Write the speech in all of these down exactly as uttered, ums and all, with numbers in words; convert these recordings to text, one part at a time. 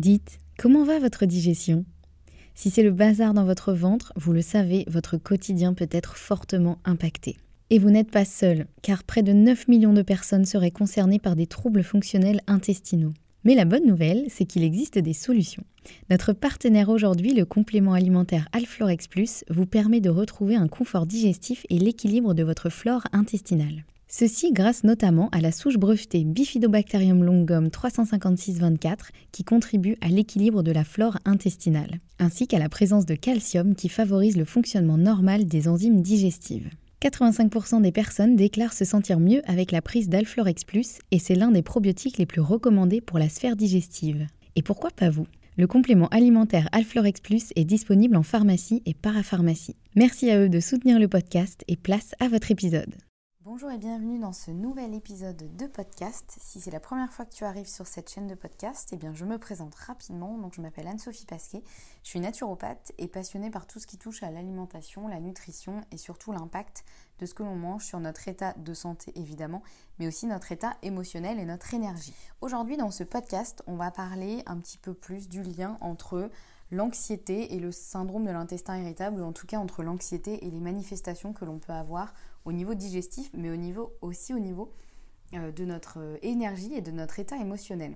Dites, comment va votre digestion ? Si c'est le bazar dans votre ventre, vous le savez, votre quotidien peut être fortement impacté. Et vous n'êtes pas seul, car près de neuf millions de personnes seraient concernées par des troubles fonctionnels intestinaux. Mais la bonne nouvelle, c'est qu'il existe des solutions. Notre partenaire aujourd'hui, le complément alimentaire Alflorex Plus, vous permet de retrouver un confort digestif et l'équilibre de votre flore intestinale. Ceci grâce notamment à la souche brevetée Bifidobacterium longum trois cent cinquante-six vingt-quatre qui contribue à l'équilibre de la flore intestinale, ainsi qu'à la présence de calcium qui favorise le fonctionnement normal des enzymes digestives. quatre-vingt-cinq pour cent des personnes déclarent se sentir mieux avec la prise d'Alflorex Plus et c'est l'un des probiotiques les plus recommandés pour la sphère digestive. Et pourquoi pas vous ? Le complément alimentaire Alflorex Plus est disponible en pharmacie et parapharmacie. Merci à eux de soutenir le podcast et place à votre épisode. Bonjour et bienvenue dans ce nouvel épisode de podcast. Si c'est la première fois que tu arrives sur cette chaîne de podcast, eh bien je me présente rapidement. Donc je m'appelle Anne-Sophie Pasquet, je suis naturopathe et passionnée par tout ce qui touche à l'alimentation, la nutrition et surtout l'impact de ce que l'on mange sur notre état de santé évidemment, mais aussi notre état émotionnel et notre énergie. Aujourd'hui dans ce podcast, on va parler un petit peu plus du lien entre l'anxiété et le syndrome de l'intestin irritable, ou en tout cas entre l'anxiété et les manifestations que l'on peut avoir au niveau digestif, mais au niveau, aussi au niveau euh, de notre euh, énergie et de notre état émotionnel.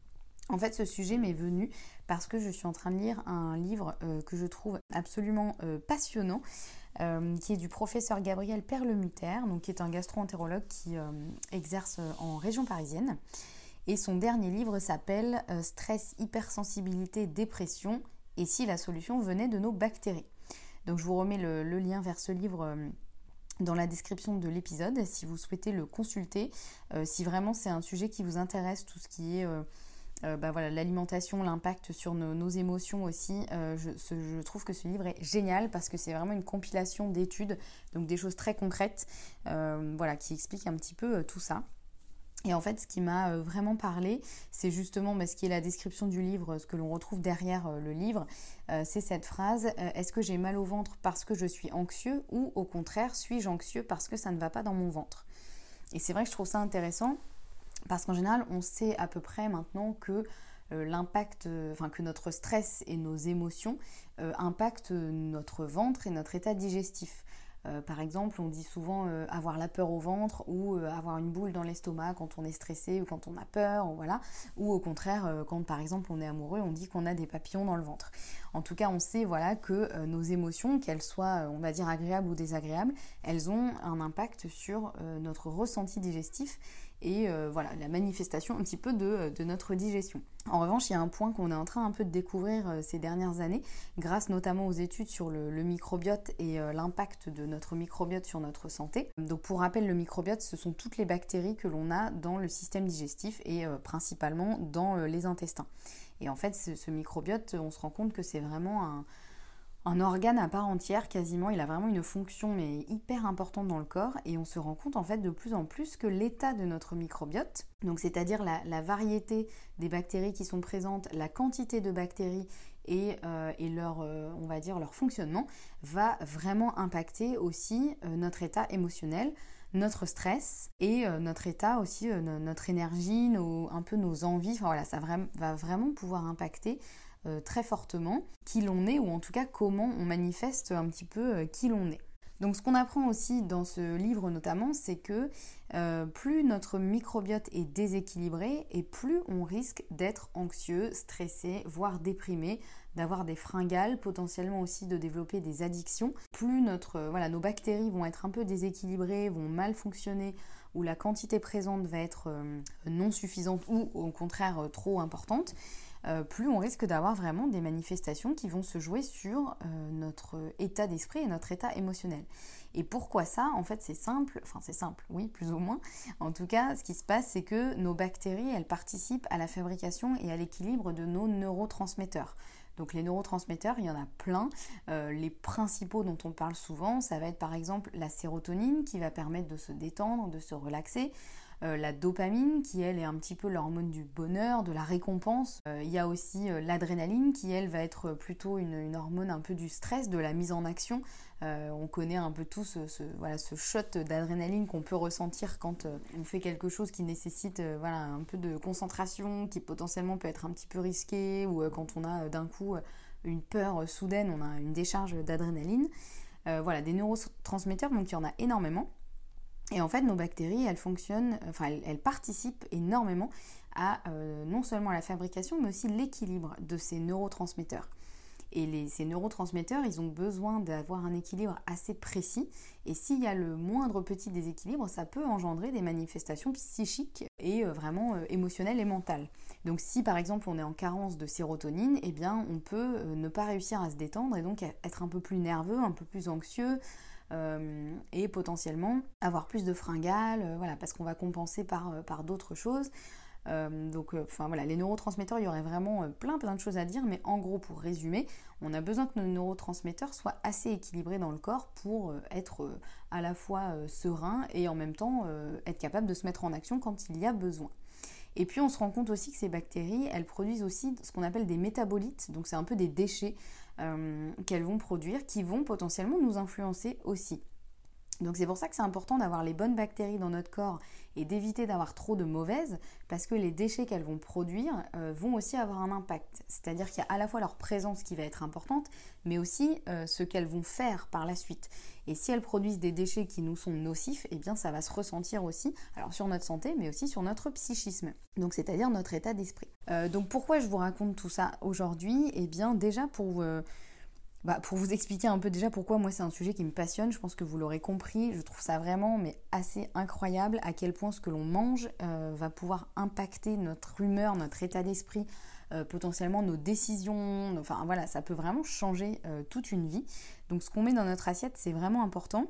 En fait, ce sujet m'est venu parce que je suis en train de lire un livre euh, que je trouve absolument euh, passionnant, euh, qui est du professeur Gabriel Perlemutter, donc qui est un gastro-entérologue qui euh, exerce en région parisienne. Et son dernier livre s'appelle euh, « Stress, hypersensibilité, dépression » et si la solution venait de nos bactéries. Donc je vous remets le, le lien vers ce livre euh, dans la description de l'épisode si vous souhaitez le consulter, euh, si vraiment c'est un sujet qui vous intéresse, tout ce qui est euh, euh, bah voilà, l'alimentation, l'impact sur nos, nos émotions aussi, euh, je, ce, je trouve que ce livre est génial parce que c'est vraiment une compilation d'études, donc des choses très concrètes, euh, voilà, qui expliquent un petit peu euh, tout ça. Et en fait, ce qui m'a vraiment parlé, c'est justement bah, ce qui est la description du livre, ce que l'on retrouve derrière euh, le livre, euh, c'est cette phrase euh, « Est-ce que j'ai mal au ventre parce que je suis anxieux ou au contraire, suis-je anxieux parce que ça ne va pas dans mon ventre ?» Et c'est vrai que je trouve ça intéressant parce qu'en général, on sait à peu près maintenant que euh, l'impact, euh, enfin que notre stress et nos émotions euh, impactent notre ventre et notre état digestif. Euh, par exemple, on dit souvent euh, avoir la peur au ventre ou euh, avoir une boule dans l'estomac quand on est stressé ou quand on a peur, ou, voilà. Ou au contraire, euh, quand par exemple on est amoureux, on dit qu'on a des papillons dans le ventre. En tout cas, on sait voilà, que euh, nos émotions, qu'elles soient, on va dire, agréables ou désagréables, elles ont un impact sur euh, notre ressenti digestif et euh, voilà, la manifestation un petit peu de, de notre digestion. En revanche, il y a un point qu'on est en train un peu de découvrir euh, ces dernières années, grâce notamment aux études sur le, le microbiote et euh, l'impact de notre microbiote sur notre santé. Donc pour rappel, le microbiote, ce sont toutes les bactéries que l'on a dans le système digestif et euh, principalement dans euh, les intestins. Et en fait, ce, ce microbiote, on se rend compte que c'est vraiment un... un organe à part entière quasiment, il a vraiment une fonction mais hyper importante dans le corps et on se rend compte en fait de plus en plus que l'état de notre microbiote, donc c'est-à-dire la, la variété des bactéries qui sont présentes, la quantité de bactéries et, euh, et leur, euh, on va dire leur fonctionnement va vraiment impacter aussi euh, notre état émotionnel, notre stress et euh, notre état aussi, euh, notre énergie, nos, un peu nos envies, enfin voilà, ça vra- va vraiment pouvoir impacter Euh, très fortement qui l'on est ou en tout cas comment on manifeste un petit peu euh, qui l'on est. Donc ce qu'on apprend aussi dans ce livre notamment, c'est que euh, plus notre microbiote est déséquilibré et plus on risque d'être anxieux, stressé, voire déprimé, d'avoir des fringales, potentiellement aussi de développer des addictions. Plus notre, euh, voilà, nos bactéries vont être un peu déséquilibrées, vont mal fonctionner, ou la quantité présente va être euh, non suffisante ou au contraire euh, trop importante, Euh, plus on risque d'avoir vraiment des manifestations qui vont se jouer sur euh, notre état d'esprit et notre état émotionnel. Et pourquoi ça ? En fait, c'est simple, enfin c'est simple, oui, plus ou moins. En tout cas, ce qui se passe, c'est que nos bactéries, elles participent à la fabrication et à l'équilibre de nos neurotransmetteurs. Donc les neurotransmetteurs, il y en a plein. Euh, les principaux dont on parle souvent, ça va être par exemple la sérotonine qui va permettre de se détendre, de se relaxer. euh, la dopamine qui elle est un petit peu l'hormone du bonheur, de la récompense. Euh, il y a aussi euh, l'adrénaline qui elle va être plutôt une, une hormone un peu du stress, de la mise en action. Euh, on connaît un peu tous ce, ce, voilà, ce shot d'adrénaline qu'on peut ressentir quand euh, on fait quelque chose qui nécessite euh, voilà, un peu de concentration, qui potentiellement peut être un petit peu risqué, ou euh, quand on a euh, d'un coup une peur euh, soudaine, on a une décharge d'adrénaline. Euh, voilà, des neurotransmetteurs, donc il y en a énormément. Et en fait, nos bactéries, elles fonctionnent, enfin, elles, elles participent énormément à euh, non seulement à la fabrication, mais aussi l'équilibre de ces neurotransmetteurs. Et les, ces neurotransmetteurs, ils ont besoin d'avoir un équilibre assez précis. Et s'il y a le moindre petit déséquilibre, ça peut engendrer des manifestations psychiques et euh, vraiment euh, émotionnelles et mentales. Donc si par exemple on est en carence de sérotonine, eh bien on peut euh, ne pas réussir à se détendre et donc être un peu plus nerveux, un peu plus anxieux, euh, et potentiellement avoir plus de fringales, euh, voilà, parce qu'on va compenser par, euh, par d'autres choses. Euh, donc, euh, enfin voilà, les neurotransmetteurs, il y aurait vraiment euh, plein plein de choses à dire, mais en gros, pour résumer, on a besoin que nos neurotransmetteurs soient assez équilibrés dans le corps pour euh, être euh, à la fois euh, serein et en même temps euh, être capable de se mettre en action quand il y a besoin. Et puis on se rend compte aussi que ces bactéries, elles produisent aussi ce qu'on appelle des métabolites, donc c'est un peu des déchets euh, qu'elles vont produire qui vont potentiellement nous influencer aussi. Donc c'est pour ça que c'est important d'avoir les bonnes bactéries dans notre corps et d'éviter d'avoir trop de mauvaises, parce que les déchets qu'elles vont produire euh, vont aussi avoir un impact. C'est-à-dire qu'il y a à la fois leur présence qui va être importante, mais aussi euh, ce qu'elles vont faire par la suite. Et si elles produisent des déchets qui nous sont nocifs, eh bien ça va se ressentir aussi, alors sur notre santé, mais aussi sur notre psychisme. Donc c'est-à-dire notre état d'esprit. Euh, donc pourquoi je vous raconte tout ça aujourd'hui ? Eh bien déjà pour... Euh, Bah, pour vous expliquer un peu déjà pourquoi moi c'est un sujet qui me passionne, je pense que vous l'aurez compris, je trouve ça vraiment mais assez incroyable à quel point ce que l'on mange euh, va pouvoir impacter notre humeur, notre état d'esprit, euh, potentiellement nos décisions, enfin voilà, ça peut vraiment changer euh, toute une vie. Donc ce qu'on met dans notre assiette c'est vraiment important.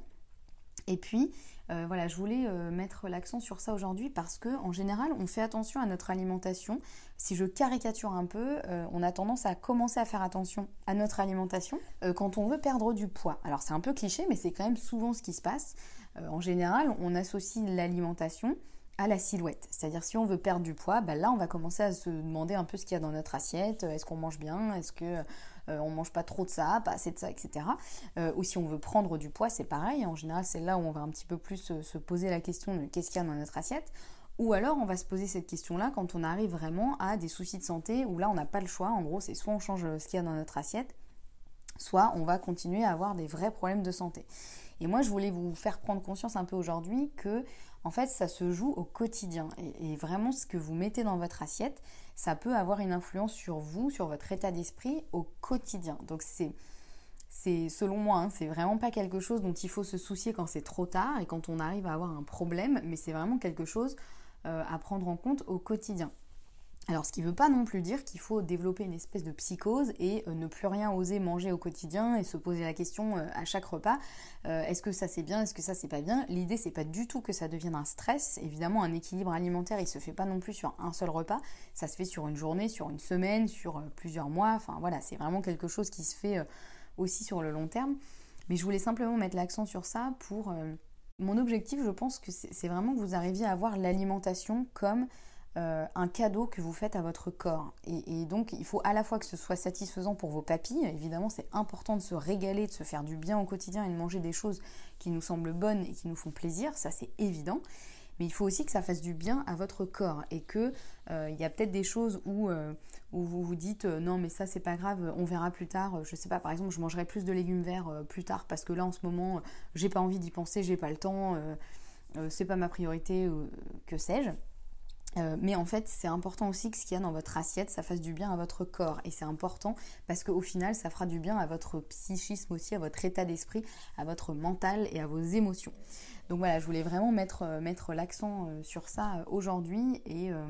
Et puis, euh, voilà, je voulais euh, mettre l'accent sur ça aujourd'hui parce que en général, on fait attention à notre alimentation. Si je caricature un peu, euh, on a tendance à commencer à faire attention à notre alimentation euh, quand on veut perdre du poids. Alors c'est un peu cliché, mais c'est quand même souvent ce qui se passe. Euh, en général, on associe l'alimentation à la silhouette. C'est-à-dire si on veut perdre du poids, bah là on va commencer à se demander un peu ce qu'il y a dans notre assiette. Est-ce qu'on mange bien ? Est-ce que euh, on mange pas trop de ça, pas assez de ça, et cetera. Euh, ou si on veut prendre du poids, c'est pareil. En général, c'est là où on va un petit peu plus se, se poser la question de qu'est-ce qu'il y a dans notre assiette. Ou alors on va se poser cette question-là quand on arrive vraiment à des soucis de santé où là on n'a pas le choix. En gros, c'est soit on change ce qu'il y a dans notre assiette, soit on va continuer à avoir des vrais problèmes de santé. Et moi, je voulais vous faire prendre conscience un peu aujourd'hui que, en fait, ça se joue au quotidien. Et, et vraiment, ce que vous mettez dans votre assiette, ça peut avoir une influence sur vous, sur votre état d'esprit au quotidien. Donc, c'est, c'est selon moi, hein, c'est vraiment pas quelque chose dont il faut se soucier quand c'est trop tard et quand on arrive à avoir un problème, mais c'est vraiment quelque chose euh, à prendre en compte au quotidien. Alors, ce qui ne veut pas non plus dire qu'il faut développer une espèce de psychose et euh, ne plus rien oser manger au quotidien et se poser la question euh, à chaque repas, euh, est-ce que ça c'est bien, est-ce que ça c'est pas bien ? L'idée c'est pas du tout que ça devienne un stress. Évidemment, un équilibre alimentaire, il se fait pas non plus sur un seul repas, ça se fait sur une journée, sur une semaine, sur euh, plusieurs mois, enfin voilà, c'est vraiment quelque chose qui se fait euh, aussi sur le long terme. Mais je voulais simplement mettre l'accent sur ça pour... Euh, mon objectif, je pense que c'est, c'est vraiment que vous arriviez à voir l'alimentation comme... Euh, un cadeau que vous faites à votre corps. Et, et donc, il faut à la fois que ce soit satisfaisant pour vos papilles. Évidemment, c'est important de se régaler, de se faire du bien au quotidien et de manger des choses qui nous semblent bonnes et qui nous font plaisir. Ça, c'est évident. Mais il faut aussi que ça fasse du bien à votre corps et que euh, il y a peut-être des choses où, euh, où vous vous dites euh, non mais ça c'est pas grave, on verra plus tard. Je sais pas, par exemple, je mangerai plus de légumes verts euh, plus tard parce que là en ce moment, euh, j'ai pas envie d'y penser, j'ai pas le temps, euh, euh, c'est pas ma priorité, euh, que sais-je. Euh, mais en fait, c'est important aussi que ce qu'il y a dans votre assiette, ça fasse du bien à votre corps. Et c'est important parce qu'au final, ça fera du bien à votre psychisme aussi, à votre état d'esprit, à votre mental et à vos émotions. Donc voilà, je voulais vraiment mettre, euh, mettre l'accent euh, sur ça euh, aujourd'hui. Et, euh,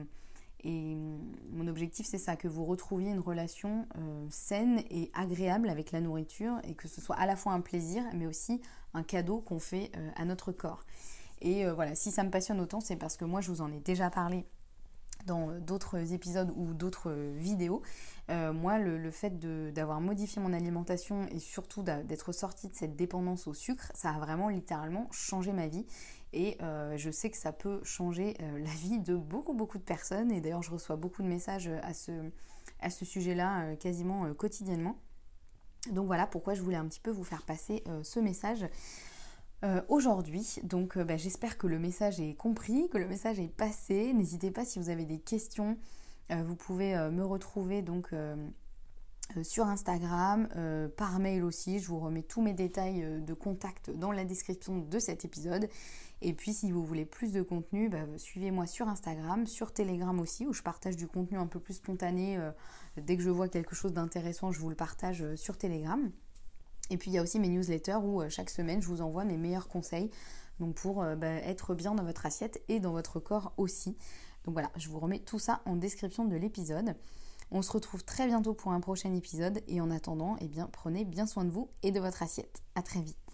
et mon objectif, c'est ça, que vous retrouviez une relation euh, saine et agréable avec la nourriture et que ce soit à la fois un plaisir, mais aussi un cadeau qu'on fait euh, à notre corps. Et euh, voilà, si ça me passionne autant, c'est parce que moi, je vous en ai déjà parlé dans d'autres épisodes ou d'autres vidéos. Euh, moi, le, le fait de, d'avoir modifié mon alimentation et surtout d'être sortie de cette dépendance au sucre, ça a vraiment littéralement changé ma vie. Et euh, je sais que ça peut changer euh, la vie de beaucoup, beaucoup de personnes. Et d'ailleurs, je reçois beaucoup de messages à ce, à ce sujet-là euh, quasiment euh, quotidiennement. Donc voilà pourquoi je voulais un petit peu vous faire passer euh, ce message Euh, aujourd'hui. Donc euh, bah, j'espère que le message est compris, que le message est passé. N'hésitez pas si vous avez des questions, euh, vous pouvez euh, me retrouver donc euh, euh, sur Instagram, euh, par mail aussi. Je vous remets tous mes détails euh, de contact dans la description de cet épisode. Et puis si vous voulez plus de contenu, bah, suivez-moi sur Instagram, sur Telegram aussi, où je partage du contenu un peu plus spontané. Euh, dès que je vois quelque chose d'intéressant, je vous le partage euh, sur Telegram. Et puis il y a aussi mes newsletters où euh, chaque semaine je vous envoie mes meilleurs conseils donc pour euh, bah, être bien dans votre assiette et dans votre corps aussi. Donc voilà, je vous remets tout ça en description de l'épisode. On se retrouve très bientôt pour un prochain épisode et en attendant, eh bien, prenez bien soin de vous et de votre assiette. À très vite.